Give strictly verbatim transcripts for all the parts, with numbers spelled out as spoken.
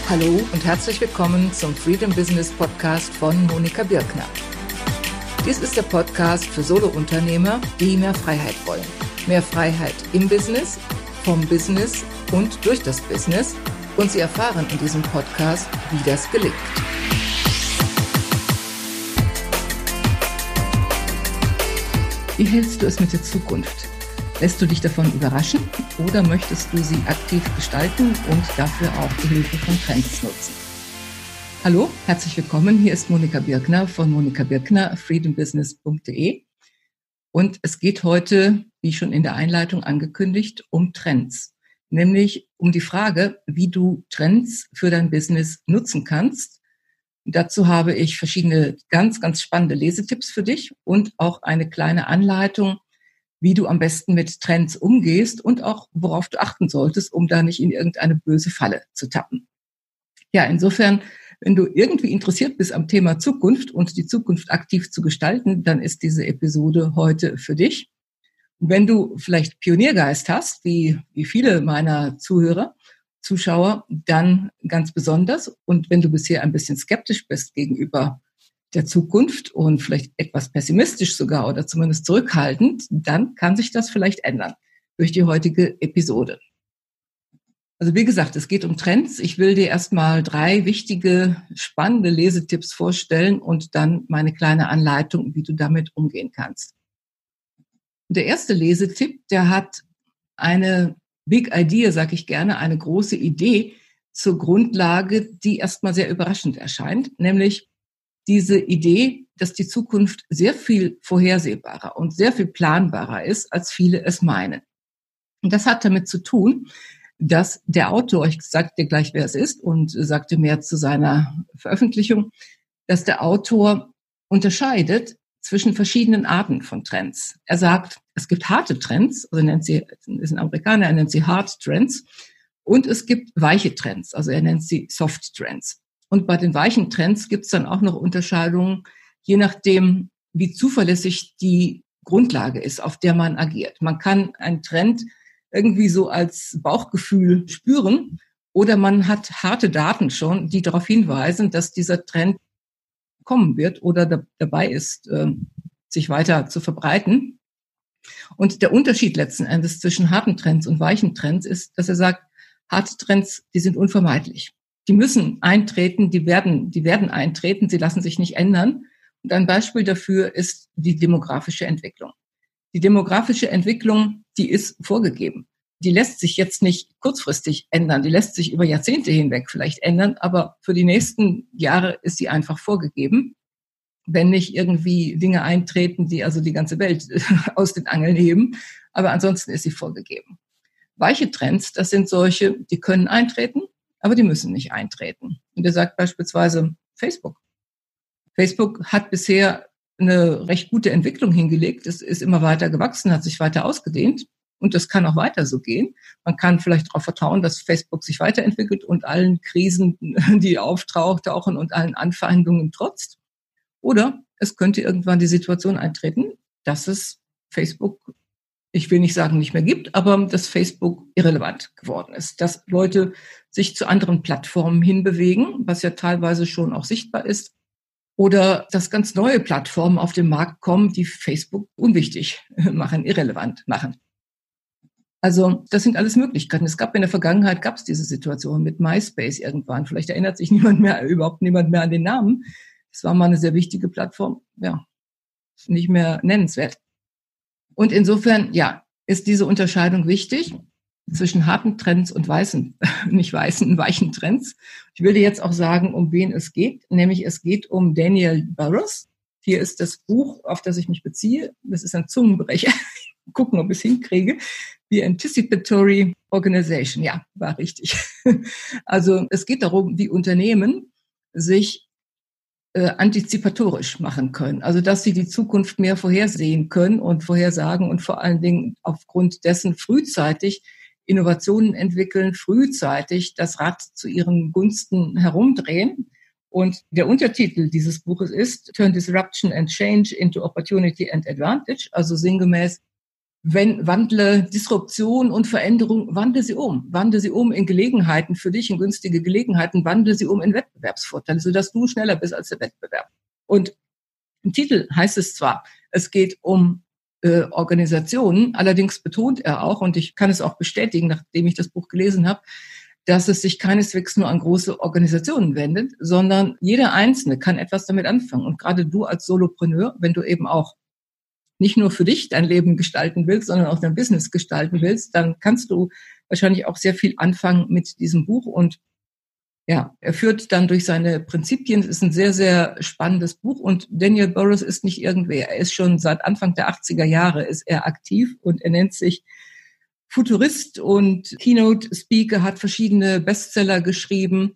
Hallo und herzlich willkommen zum Freedom Business Podcast von Monika Birkner. Dies ist der Podcast für Solo-Unternehmer, die mehr Freiheit wollen. Mehr Freiheit im Business, vom Business und durch das Business. Und Sie erfahren in diesem Podcast, wie das gelingt. Wie hältst du es mit der Zukunft? Lässt du dich davon überraschen oder möchtest du sie aktiv gestalten und dafür auch die Hilfe von Trends nutzen? Hallo, herzlich willkommen. Hier ist Monika Birkner von Monika Birkner, freedom business punkt de. Und es geht heute, wie schon in der Einleitung angekündigt, um Trends. Nämlich um die Frage, wie du Trends für dein Business nutzen kannst. Und dazu habe ich verschiedene ganz, ganz spannende Lesetipps für dich und auch eine kleine Anleitung, wie du am besten mit Trends umgehst und auch worauf du achten solltest, um da nicht in irgendeine böse Falle zu tappen. Ja, insofern, wenn du irgendwie interessiert bist am Thema Zukunft und die Zukunft aktiv zu gestalten, dann ist diese Episode heute für dich. Und wenn du vielleicht Pioniergeist hast, wie, wie viele meiner Zuhörer, Zuschauer, dann ganz besonders. Und wenn du bisher ein bisschen skeptisch bist gegenüber der Zukunft und vielleicht etwas pessimistisch sogar oder zumindest zurückhaltend, dann kann sich das vielleicht ändern durch die heutige Episode. Also wie gesagt, es geht um Trends. Ich will dir erstmal drei wichtige, spannende Lesetipps vorstellen und dann meine kleine Anleitung, wie du damit umgehen kannst. Der erste Lesetipp, der hat eine Big Idea, sage ich gerne, eine große Idee zur Grundlage, die erstmal sehr überraschend erscheint, nämlich diese Idee, dass die Zukunft sehr viel vorhersehbarer und sehr viel planbarer ist, als viele es meinen. Und das hat damit zu tun, dass der Autor, ich sage dir gleich, wer es ist, und sagte mehr zu seiner Veröffentlichung, dass der Autor unterscheidet zwischen verschiedenen Arten von Trends. Er sagt, es gibt harte Trends, also er nennt sie, ist ein Amerikaner, er nennt sie Hard Trends, und es gibt weiche Trends, also er nennt sie Soft Trends. Und bei den weichen Trends gibt es dann auch noch Unterscheidungen, je nachdem, wie zuverlässig die Grundlage ist, auf der man agiert. Man kann einen Trend irgendwie so als Bauchgefühl spüren oder man hat harte Daten schon, die darauf hinweisen, dass dieser Trend kommen wird oder da, dabei ist, äh, sich weiter zu verbreiten. Und der Unterschied letzten Endes zwischen harten Trends und weichen Trends ist, dass er sagt, harte Trends, die sind unvermeidlich. Die müssen eintreten, die werden, die werden eintreten, sie lassen sich nicht ändern. Und ein Beispiel dafür ist die demografische Entwicklung. Die demografische Entwicklung, die ist vorgegeben. Die lässt sich jetzt nicht kurzfristig ändern, die lässt sich über Jahrzehnte hinweg vielleicht ändern, aber für die nächsten Jahre ist sie einfach vorgegeben, wenn nicht irgendwie Dinge eintreten, die also die ganze Welt aus den Angeln heben. Aber ansonsten ist sie vorgegeben. Weiche Trends, das sind solche, die können eintreten, aber die müssen nicht eintreten. Und er sagt beispielsweise Facebook. Facebook hat bisher eine recht gute Entwicklung hingelegt. Es ist immer weiter gewachsen, hat sich weiter ausgedehnt. Und das kann auch weiter so gehen. Man kann vielleicht darauf vertrauen, dass Facebook sich weiterentwickelt und allen Krisen, die auftauchen und allen Anfeindungen trotzt. Oder es könnte irgendwann die Situation eintreten, dass es Facebook, ich will nicht sagen, nicht mehr gibt, aber dass Facebook irrelevant geworden ist. Dass Leute sich zu anderen Plattformen hinbewegen, was ja teilweise schon auch sichtbar ist. Oder dass ganz neue Plattformen auf den Markt kommen, die Facebook unwichtig machen, irrelevant machen. Also das sind alles Möglichkeiten. Es gab in der Vergangenheit, gab es diese Situation mit MySpace irgendwann. Vielleicht erinnert sich niemand mehr, überhaupt niemand mehr an den Namen. Es war mal eine sehr wichtige Plattform. Ja, nicht mehr nennenswert. Und insofern, ja, ist diese Unterscheidung wichtig zwischen harten Trends und weißen, nicht weißen, weichen Trends. Ich will dir jetzt auch sagen, um wen es geht. Nämlich es geht um Daniel Burrus. Hier ist das Buch, auf das ich mich beziehe. Das ist ein Zungenbrecher. Gucken, ob ich es hinkriege. The Anticipatory Organization. Ja, war richtig. Also es geht darum, wie Unternehmen sich äh, antizipatorisch machen können. Also dass sie die Zukunft mehr vorhersehen können und vorhersagen und vor allen Dingen aufgrund dessen frühzeitig Innovationen entwickeln, frühzeitig das Rad zu ihren Gunsten herumdrehen. Und der Untertitel dieses Buches ist Turn Disruption and Change into Opportunity and Advantage, also sinngemäß wenn wandle Disruption und Veränderung, wandle sie um. Wandle sie um in Gelegenheiten für dich, in günstige Gelegenheiten, wandle sie um in Wettbewerbsvorteile, sodass du schneller bist als der Wettbewerb. Und im Titel heißt es zwar, es geht um äh, Organisationen, allerdings betont er auch, und ich kann es auch bestätigen, nachdem ich das Buch gelesen habe, dass es sich keineswegs nur an große Organisationen wendet, sondern jeder Einzelne kann etwas damit anfangen. Und gerade du als Solopreneur, wenn du eben auch nicht nur für dich dein Leben gestalten willst, sondern auch dein Business gestalten willst, dann kannst du wahrscheinlich auch sehr viel anfangen mit diesem Buch. Und ja, er führt dann durch seine Prinzipien. Es ist ein sehr, sehr spannendes Buch. Und Daniel Burrus ist nicht irgendwer. Er ist schon seit Anfang der achtziger Jahre ist er aktiv und er nennt sich Futurist und Keynote-Speaker, hat verschiedene Bestseller geschrieben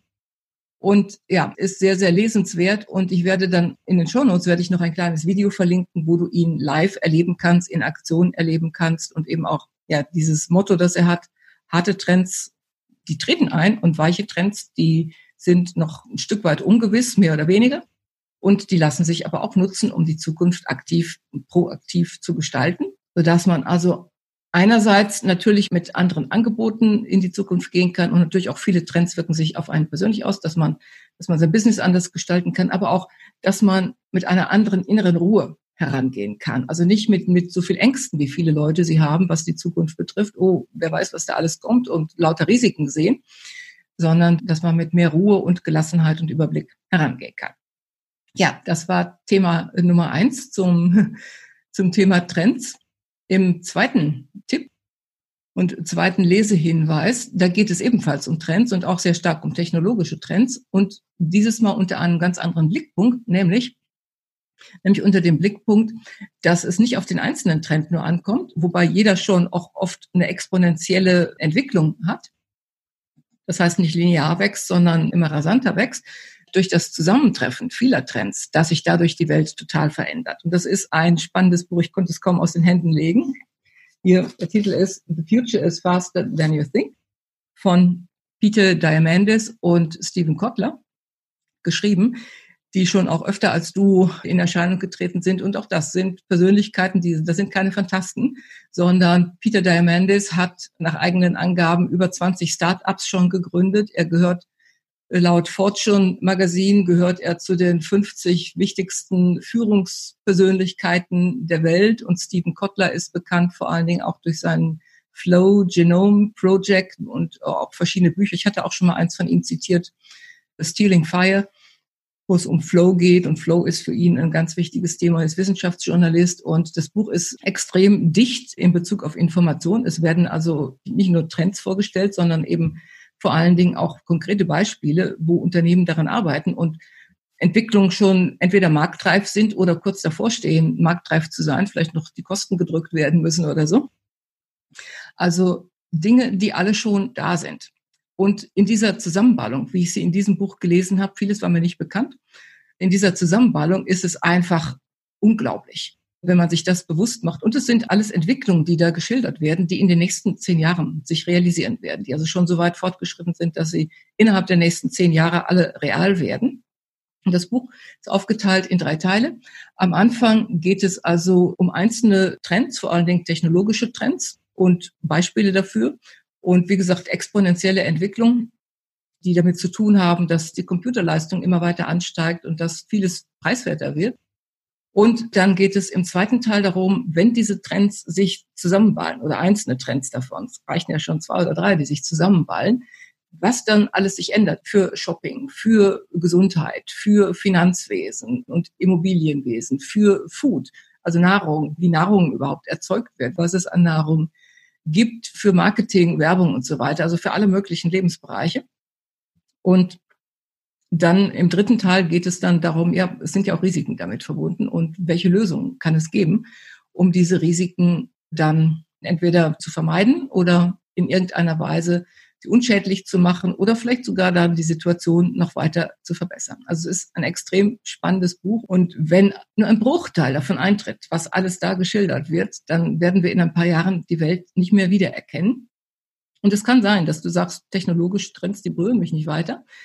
und ja, ist sehr, sehr lesenswert. Und ich werde dann in den Shownotes werde ich noch ein kleines Video verlinken, wo du ihn live erleben kannst, in Aktion erleben kannst und eben auch ja dieses Motto, das er hat: harte Trends, die treten ein, und weiche Trends, die sind noch ein Stück weit ungewiss, mehr oder weniger. Und die lassen sich aber auch nutzen, um die Zukunft aktiv und proaktiv zu gestalten, sodass man also einerseits natürlich mit anderen Angeboten in die Zukunft gehen kann, und natürlich auch viele Trends wirken sich auf einen persönlich aus, dass man, dass man sein Business anders gestalten kann, aber auch, dass man mit einer anderen inneren Ruhe herangehen kann. Also nicht mit, mit so viel Ängsten, wie viele Leute sie haben, was die Zukunft betrifft. Oh, wer weiß, was da alles kommt, und lauter Risiken sehen, sondern dass man mit mehr Ruhe und Gelassenheit und Überblick herangehen kann. Ja, das war Thema Nummer eins zum, zum Thema Trends. Im zweiten Tipp und zweiten Lesehinweis, da geht es ebenfalls um Trends und auch sehr stark um technologische Trends, und dieses Mal unter einem ganz anderen Blickpunkt, nämlich, nämlich unter dem Blickpunkt, dass es nicht auf den einzelnen Trend nur ankommt, wobei jeder schon auch oft eine exponentielle Entwicklung hat. Das heißt nicht linear wächst, sondern immer rasanter wächst, durch das Zusammentreffen vieler Trends, dass sich dadurch die Welt total verändert. Und das ist ein spannendes Buch, ich konnte es kaum aus den Händen legen. Hier, der Titel ist The Future is Faster Than You Think von Peter Diamandis und Steven Kotler geschrieben, die schon auch öfter als du in Erscheinung getreten sind. Und auch das sind Persönlichkeiten, die, das sind keine Phantasten, sondern Peter Diamandis hat nach eigenen Angaben über zwanzig Start-ups schon gegründet. Er gehört Laut Fortune Magazine gehört er zu den fünfzig wichtigsten Führungspersönlichkeiten der Welt, und Steven Kotler ist bekannt vor allen Dingen auch durch seinen Flow Genome Project und auch verschiedene Bücher. Ich hatte auch schon mal eins von ihm zitiert, Stealing Fire, wo es um Flow geht, und Flow ist für ihn ein ganz wichtiges Thema. Er ist Wissenschaftsjournalist, und das Buch ist extrem dicht in Bezug auf Information. Es werden also nicht nur Trends vorgestellt, sondern eben vor allen Dingen auch konkrete Beispiele, wo Unternehmen daran arbeiten und Entwicklungen schon entweder marktreif sind oder kurz davor stehen, marktreif zu sein, vielleicht noch die Kosten gedrückt werden müssen oder so. Also Dinge, die alle schon da sind. Und in dieser Zusammenballung, wie ich sie in diesem Buch gelesen habe, vieles war mir nicht bekannt, in dieser Zusammenballung ist es einfach unglaublich, wenn man sich das bewusst macht. Und es sind alles Entwicklungen, die da geschildert werden, die in den nächsten zehn Jahren sich realisieren werden, die also schon so weit fortgeschritten sind, dass sie innerhalb der nächsten zehn Jahre alle real werden. Und das Buch ist aufgeteilt in drei Teile. Am Anfang geht es also um einzelne Trends, vor allen Dingen technologische Trends und Beispiele dafür. Und wie gesagt, exponentielle Entwicklungen, die damit zu tun haben, dass die Computerleistung immer weiter ansteigt und dass vieles preiswerter wird. Und dann geht es im zweiten Teil darum, wenn diese Trends sich zusammenballen oder einzelne Trends davon, es reichen ja schon zwei oder drei, die sich zusammenballen, was dann alles sich ändert für Shopping, für Gesundheit, für Finanzwesen und Immobilienwesen, für Food, also Nahrung, wie Nahrung überhaupt erzeugt wird, was es an Nahrung gibt, für Marketing, Werbung und so weiter, also für alle möglichen Lebensbereiche. Und dann im dritten Teil geht es dann darum, ja, es sind ja auch Risiken damit verbunden, und welche Lösungen kann es geben, um diese Risiken dann entweder zu vermeiden oder in irgendeiner Weise sie unschädlich zu machen oder vielleicht sogar dann die Situation noch weiter zu verbessern. Also es ist ein extrem spannendes Buch, und wenn nur ein Bruchteil davon eintritt, was alles da geschildert wird, dann werden wir in ein paar Jahren die Welt nicht mehr wiedererkennen. Und es kann sein, dass du sagst, technologische Trends, die berühren mich nicht weiter.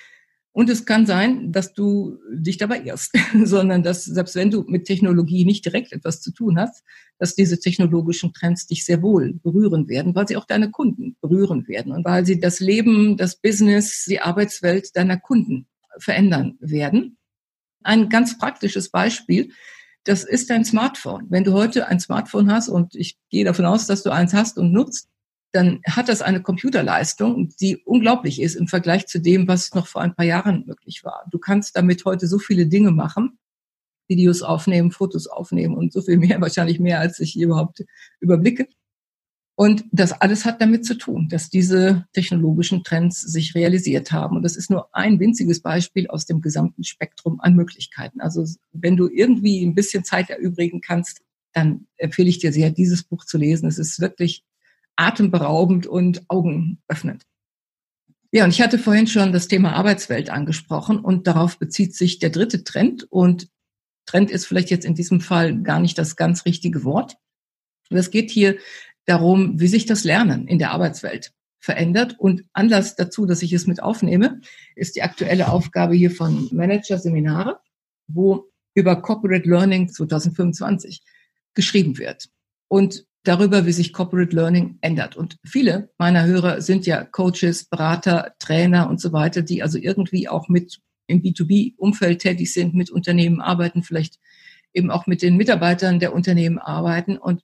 Und es kann sein, dass du dich dabei irrst, sondern dass, selbst wenn du mit Technologie nicht direkt etwas zu tun hast, dass diese technologischen Trends dich sehr wohl berühren werden, weil sie auch deine Kunden berühren werden und weil sie das Leben, das Business, die Arbeitswelt deiner Kunden verändern werden. Ein ganz praktisches Beispiel, das ist dein Smartphone. Wenn du heute ein Smartphone hast, und ich gehe davon aus, dass du eins hast und nutzt, dann hat das eine Computerleistung, die unglaublich ist im Vergleich zu dem, was noch vor ein paar Jahren möglich war. Du kannst damit heute so viele Dinge machen, Videos aufnehmen, Fotos aufnehmen und so viel mehr, wahrscheinlich mehr, als ich überhaupt überblicke. Und das alles hat damit zu tun, dass diese technologischen Trends sich realisiert haben. Und das ist nur ein winziges Beispiel aus dem gesamten Spektrum an Möglichkeiten. Also wenn du irgendwie ein bisschen Zeit erübrigen kannst, dann empfehle ich dir sehr, dieses Buch zu lesen. Es ist wirklich atemberaubend und augenöffnend. Ja, und ich hatte vorhin schon das Thema Arbeitswelt angesprochen und darauf bezieht sich der dritte Trend. Und Trend ist vielleicht jetzt in diesem Fall gar nicht das ganz richtige Wort. Es geht hier darum, wie sich das Lernen in der Arbeitswelt verändert. Und Anlass dazu, dass ich es mit aufnehme, ist die aktuelle Aufgabe hier von Manager-Seminare, wo über Corporate Learning zwanzig fünfundzwanzig geschrieben wird. Und darüber, wie sich Corporate Learning ändert. Und viele meiner Hörer sind ja Coaches, Berater, Trainer und so weiter, die also irgendwie auch mit im B zwei B-Umfeld tätig sind, mit Unternehmen arbeiten, vielleicht eben auch mit den Mitarbeitern der Unternehmen arbeiten. Und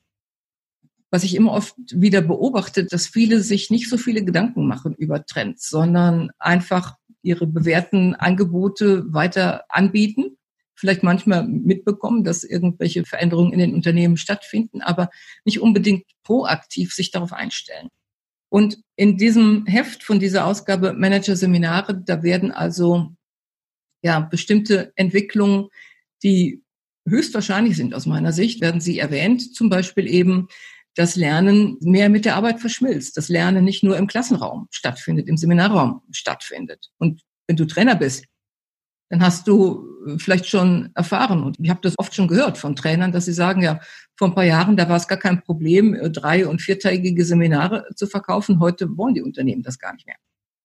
was ich immer oft wieder beobachte, dass viele sich nicht so viele Gedanken machen über Trends, sondern einfach ihre bewährten Angebote weiter anbieten. Vielleicht manchmal mitbekommen, dass irgendwelche Veränderungen in den Unternehmen stattfinden, aber nicht unbedingt proaktiv sich darauf einstellen. Und in diesem Heft von dieser Ausgabe Manager-Seminare, da werden also ja bestimmte Entwicklungen, die höchstwahrscheinlich sind aus meiner Sicht, werden sie erwähnt. Zum Beispiel eben, dass Lernen mehr mit der Arbeit verschmilzt, dass Lernen nicht nur im Klassenraum stattfindet, im Seminarraum stattfindet. Und wenn du Trainer bist, dann hast du vielleicht schon erfahren, und ich habe das oft schon gehört von Trainern, dass sie sagen, ja, vor ein paar Jahren, da war es gar kein Problem, drei- und viertägige Seminare zu verkaufen. Heute wollen die Unternehmen das gar nicht mehr.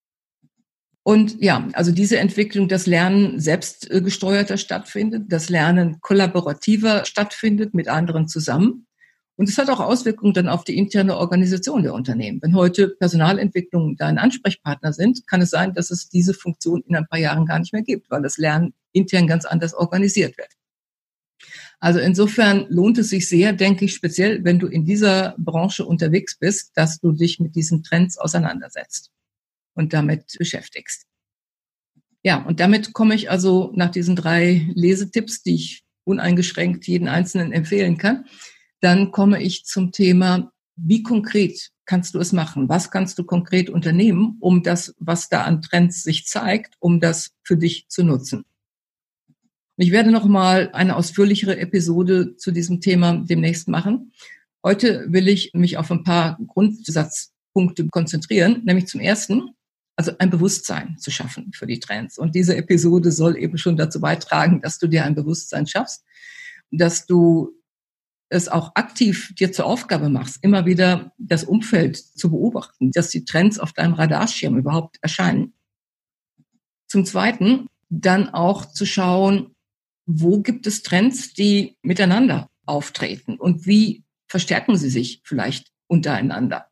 Und ja, also diese Entwicklung, dass Lernen selbstgesteuerter stattfindet, dass Lernen kollaborativer stattfindet mit anderen zusammen. Und es hat auch Auswirkungen dann auf die interne Organisation der Unternehmen. Wenn heute Personalentwicklung dein Ansprechpartner sind, kann es sein, dass es diese Funktion in ein paar Jahren gar nicht mehr gibt, weil das Lernen intern ganz anders organisiert wird. Also insofern lohnt es sich sehr, denke ich, speziell wenn du in dieser Branche unterwegs bist, dass du dich mit diesen Trends auseinandersetzt und damit beschäftigst. Ja, und damit komme ich also nach diesen drei Lesetipps, die ich uneingeschränkt jeden Einzelnen empfehlen kann. Dann komme ich zum Thema, wie konkret kannst du es machen? Was kannst du konkret unternehmen, um das, was da an Trends sich zeigt, um das für dich zu nutzen? Ich werde noch mal eine ausführlichere Episode zu diesem Thema demnächst machen. Heute will ich mich auf ein paar Grundsatzpunkte konzentrieren, nämlich zum ersten, also ein Bewusstsein zu schaffen für die Trends. Und diese Episode soll eben schon dazu beitragen, dass du dir ein Bewusstsein schaffst, dass du es auch aktiv dir zur Aufgabe machst, immer wieder das Umfeld zu beobachten, dass die Trends auf deinem Radarschirm überhaupt erscheinen. Zum Zweiten dann auch zu schauen, wo gibt es Trends, die miteinander auftreten und wie verstärken sie sich vielleicht untereinander.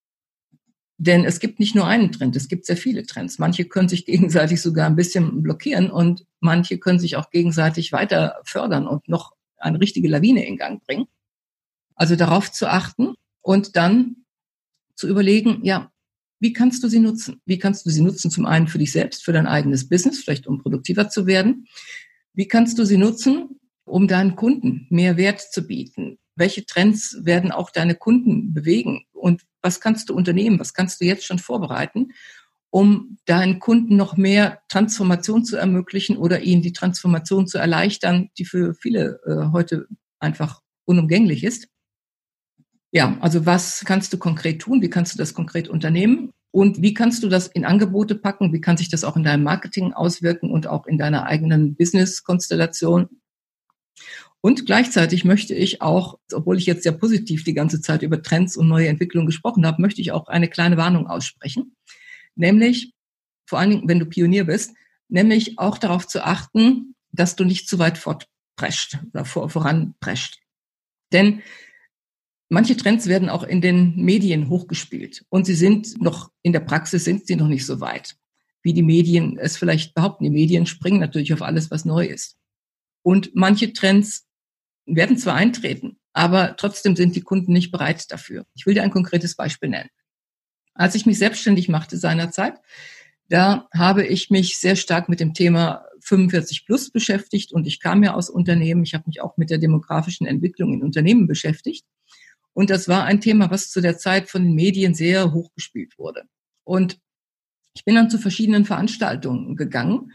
Denn es gibt nicht nur einen Trend, es gibt sehr viele Trends. Manche können sich gegenseitig sogar ein bisschen blockieren und manche können sich auch gegenseitig weiter fördern und noch eine richtige Lawine in Gang bringen. Also darauf zu achten und dann zu überlegen, ja, wie kannst du sie nutzen? Wie kannst du sie nutzen? Zum einen für dich selbst, für dein eigenes Business, vielleicht um produktiver zu werden. Wie kannst du sie nutzen, um deinen Kunden mehr Wert zu bieten? Welche Trends werden auch deine Kunden bewegen? Und was kannst du unternehmen? Was kannst du jetzt schon vorbereiten, um deinen Kunden noch mehr Transformation zu ermöglichen oder ihnen die Transformation zu erleichtern, die für viele äh, heute einfach unumgänglich ist? Ja, also was kannst du konkret tun? Wie kannst du das konkret unternehmen? Und wie kannst du das in Angebote packen? Wie kann sich das auch in deinem Marketing auswirken und auch in deiner eigenen Business-Konstellation? Und gleichzeitig möchte ich auch, obwohl ich jetzt sehr positiv die ganze Zeit über Trends und neue Entwicklungen gesprochen habe, möchte ich auch eine kleine Warnung aussprechen. Nämlich, vor allen Dingen, wenn du Pionier bist, nämlich auch darauf zu achten, dass du nicht zu weit fortprescht oder vor, voranprescht. Denn manche Trends werden auch in den Medien hochgespielt und sie sind noch, in der Praxis sind sie noch nicht so weit, wie die Medien es vielleicht behaupten. Die Medien springen natürlich auf alles, was neu ist. Und manche Trends werden zwar eintreten, aber trotzdem sind die Kunden nicht bereit dafür. Ich will dir ein konkretes Beispiel nennen. Als ich mich selbstständig machte seinerzeit, da habe ich mich sehr stark mit dem Thema fünfundvierzig plus beschäftigt und ich kam ja aus Unternehmen. Ich habe mich auch mit der demografischen Entwicklung in Unternehmen beschäftigt. Und das war ein Thema, was zu der Zeit von den Medien sehr hochgespielt wurde. Und ich bin dann zu verschiedenen Veranstaltungen gegangen.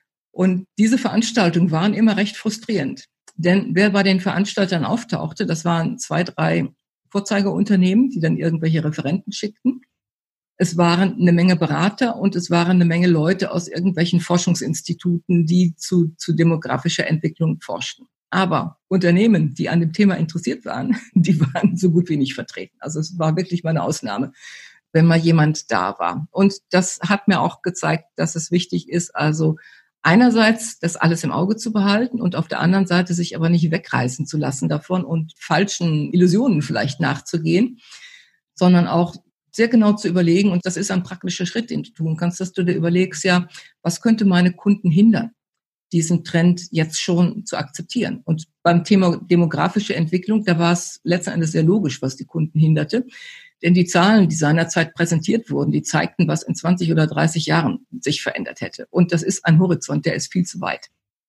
Und diese Veranstaltungen waren immer recht frustrierend. Denn wer bei den Veranstaltern auftauchte, das waren zwei, drei Vorzeigeunternehmen, die dann irgendwelche Referenten schickten. Es waren eine Menge Berater und es waren eine Menge Leute aus irgendwelchen Forschungsinstituten, die zu, zu demografischer Entwicklung forschten. Aber Unternehmen, die an dem Thema interessiert waren, die waren so gut wie nicht vertreten. Also es war wirklich mal eine Ausnahme, wenn mal jemand da war. Und das hat mir auch gezeigt, dass es wichtig ist, also einerseits das alles im Auge zu behalten und auf der anderen Seite sich aber nicht wegreißen zu lassen davon und falschen Illusionen vielleicht nachzugehen, sondern auch sehr genau zu überlegen, und das ist ein praktischer Schritt, den du tun kannst, dass du dir überlegst, ja, was könnte meine Kunden hindern, diesen Trend jetzt schon zu akzeptieren. Und beim Thema demografische Entwicklung, da war es letzten Endes sehr logisch, was die Kunden hinderte. Denn die Zahlen, die seinerzeit präsentiert wurden, die zeigten, was in zwanzig oder dreißig Jahren sich verändert hätte. Und das ist ein Horizont, der ist viel zu weit.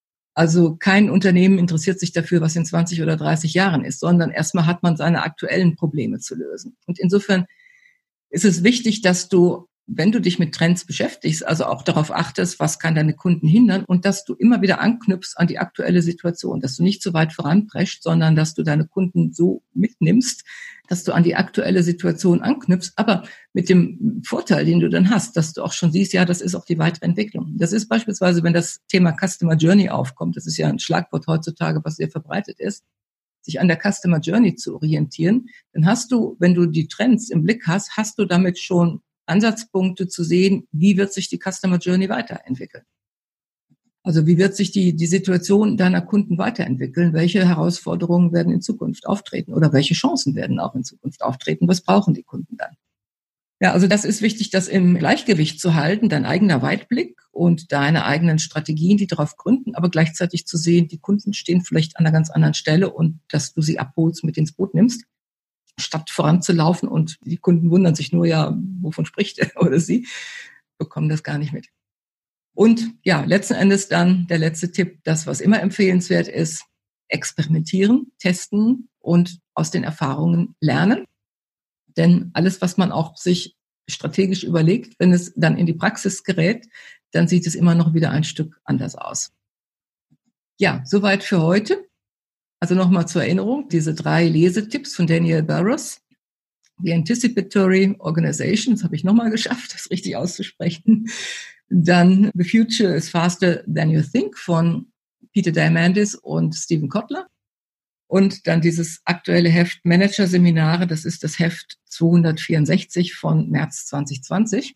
Also kein Unternehmen interessiert sich dafür, was in zwanzig oder dreißig Jahren ist, sondern erstmal hat man seine aktuellen Probleme zu lösen. Und insofern ist es wichtig, dass du, wenn du dich mit Trends beschäftigst, also auch darauf achtest, was kann deine Kunden hindern und dass du immer wieder anknüpfst an die aktuelle Situation, dass du nicht zu weit voranpreschst, sondern dass du deine Kunden so mitnimmst, dass du an die aktuelle Situation anknüpfst, aber mit dem Vorteil, den du dann hast, dass du auch schon siehst, ja, das ist auch die weitere Entwicklung. Das ist beispielsweise, wenn das Thema Customer Journey aufkommt, das ist ja ein Schlagwort heutzutage, was sehr verbreitet ist, sich an der Customer Journey zu orientieren, dann hast du, wenn du die Trends im Blick hast, hast du damit schon Ansatzpunkte zu sehen, wie wird sich die Customer Journey weiterentwickeln. Also wie wird sich die, die Situation deiner Kunden weiterentwickeln? Welche Herausforderungen werden in Zukunft auftreten oder welche Chancen werden auch in Zukunft auftreten? Was brauchen die Kunden dann? Ja, also das ist wichtig, das im Gleichgewicht zu halten, dein eigener Weitblick und deine eigenen Strategien, die darauf gründen, aber gleichzeitig zu sehen, die Kunden stehen vielleicht an einer ganz anderen Stelle und dass du sie abholst, mit ins Boot nimmst, statt voranzulaufen und die Kunden wundern sich nur, ja, wovon spricht er oder sie, bekommen das gar nicht mit. Und ja, letzten Endes dann der letzte Tipp, das, was immer empfehlenswert ist, experimentieren, testen und aus den Erfahrungen lernen. Denn alles, was man auch sich strategisch überlegt, wenn es dann in die Praxis gerät, dann sieht es immer noch wieder ein Stück anders aus. Ja, soweit für heute. Also nochmal zur Erinnerung, diese drei Lesetipps von Daniel Burrus. The Anticipatory Organization, das habe ich nochmal geschafft, das richtig auszusprechen. Dann The Future is Faster Than You Think von Peter Diamandis und Stephen Kotler. Und dann dieses aktuelle Heft Manager-Seminare, das ist das Heft zweihundertvierundsechzig von März zwanzig zwanzig,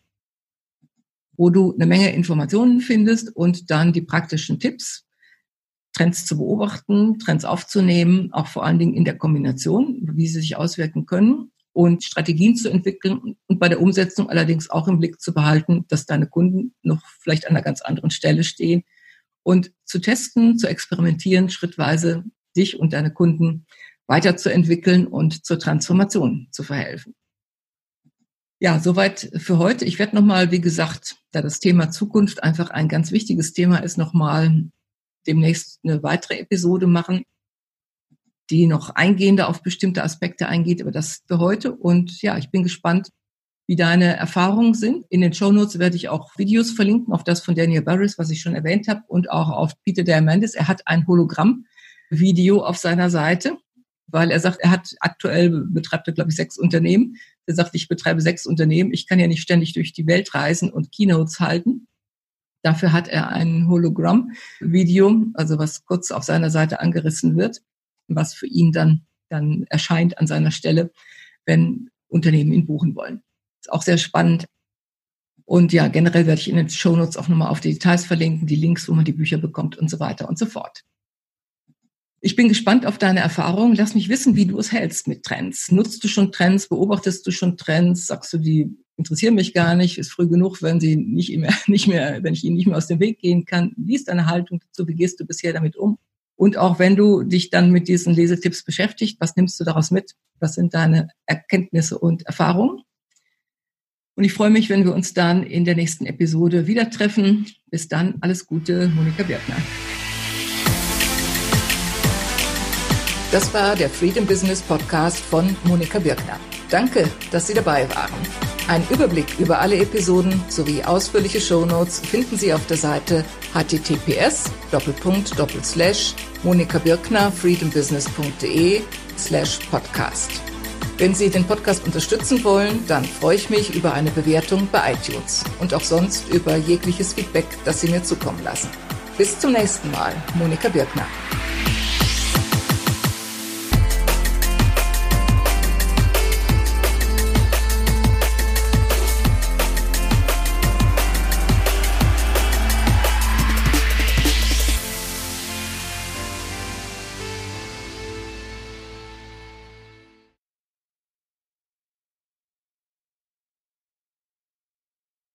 wo du eine Menge Informationen findest und dann die praktischen Tipps, Trends zu beobachten, Trends aufzunehmen, auch vor allen Dingen in der Kombination, wie sie sich auswirken können und Strategien zu entwickeln und bei der Umsetzung allerdings auch im Blick zu behalten, dass deine Kunden noch vielleicht an einer ganz anderen Stelle stehen und zu testen, zu experimentieren, schrittweise dich und deine Kunden weiterzuentwickeln und zur Transformation zu verhelfen. Ja, soweit für heute. Ich werde nochmal, wie gesagt, da das Thema Zukunft einfach ein ganz wichtiges Thema ist, nochmal demnächst eine weitere Episode machen, die noch eingehender auf bestimmte Aspekte eingeht, aber das für heute. Und ja, ich bin gespannt, wie deine Erfahrungen sind. In den Shownotes werde ich auch Videos verlinken, auf das von Daniel Burrus, was ich schon erwähnt habe, und auch auf Peter Diamandis. Er hat ein Hologramm-Video auf seiner Seite, weil er sagt, er hat aktuell, betreibt er, glaube ich, sechs Unternehmen. Er sagt, ich betreibe sechs Unternehmen. Ich kann ja nicht ständig durch die Welt reisen und Keynotes halten. Dafür hat er ein Hologramm-Video, also was kurz auf seiner Seite angerissen wird, was für ihn dann, dann erscheint an seiner Stelle, wenn Unternehmen ihn buchen wollen. Ist auch sehr spannend. Und ja, generell werde ich in den Shownotes auch nochmal auf die Details verlinken, die Links, wo man die Bücher bekommt und so weiter und so fort. Ich bin gespannt auf deine Erfahrungen. Lass mich wissen, wie du es hältst mit Trends. Nutzt du schon Trends? Beobachtest du schon Trends? Sagst du, die interessieren mich gar nicht? Ist früh genug, wenn sie nicht mehr, nicht mehr, wenn ich ihnen nicht mehr aus dem Weg gehen kann? Wie ist deine Haltung dazu? Wie gehst du bisher damit um? Und auch wenn du dich dann mit diesen Lesetipps beschäftigst, was nimmst du daraus mit? Was sind deine Erkenntnisse und Erfahrungen? Und ich freue mich, wenn wir uns dann in der nächsten Episode wieder treffen. Bis dann, alles Gute, Monika Birkner. Das war der Freedom Business Podcast von Monika Birkner. Danke, dass Sie dabei waren. Einen Überblick über alle Episoden sowie ausführliche Shownotes finden Sie auf der Seite h t t p s doppelpunkt doppelpunkt slash monikabirkner freedombusiness.de slash podcast. Wenn Sie den Podcast unterstützen wollen, dann freue ich mich über eine Bewertung bei iTunes und auch sonst über jegliches Feedback, das Sie mir zukommen lassen. Bis zum nächsten Mal, Monika Birkner.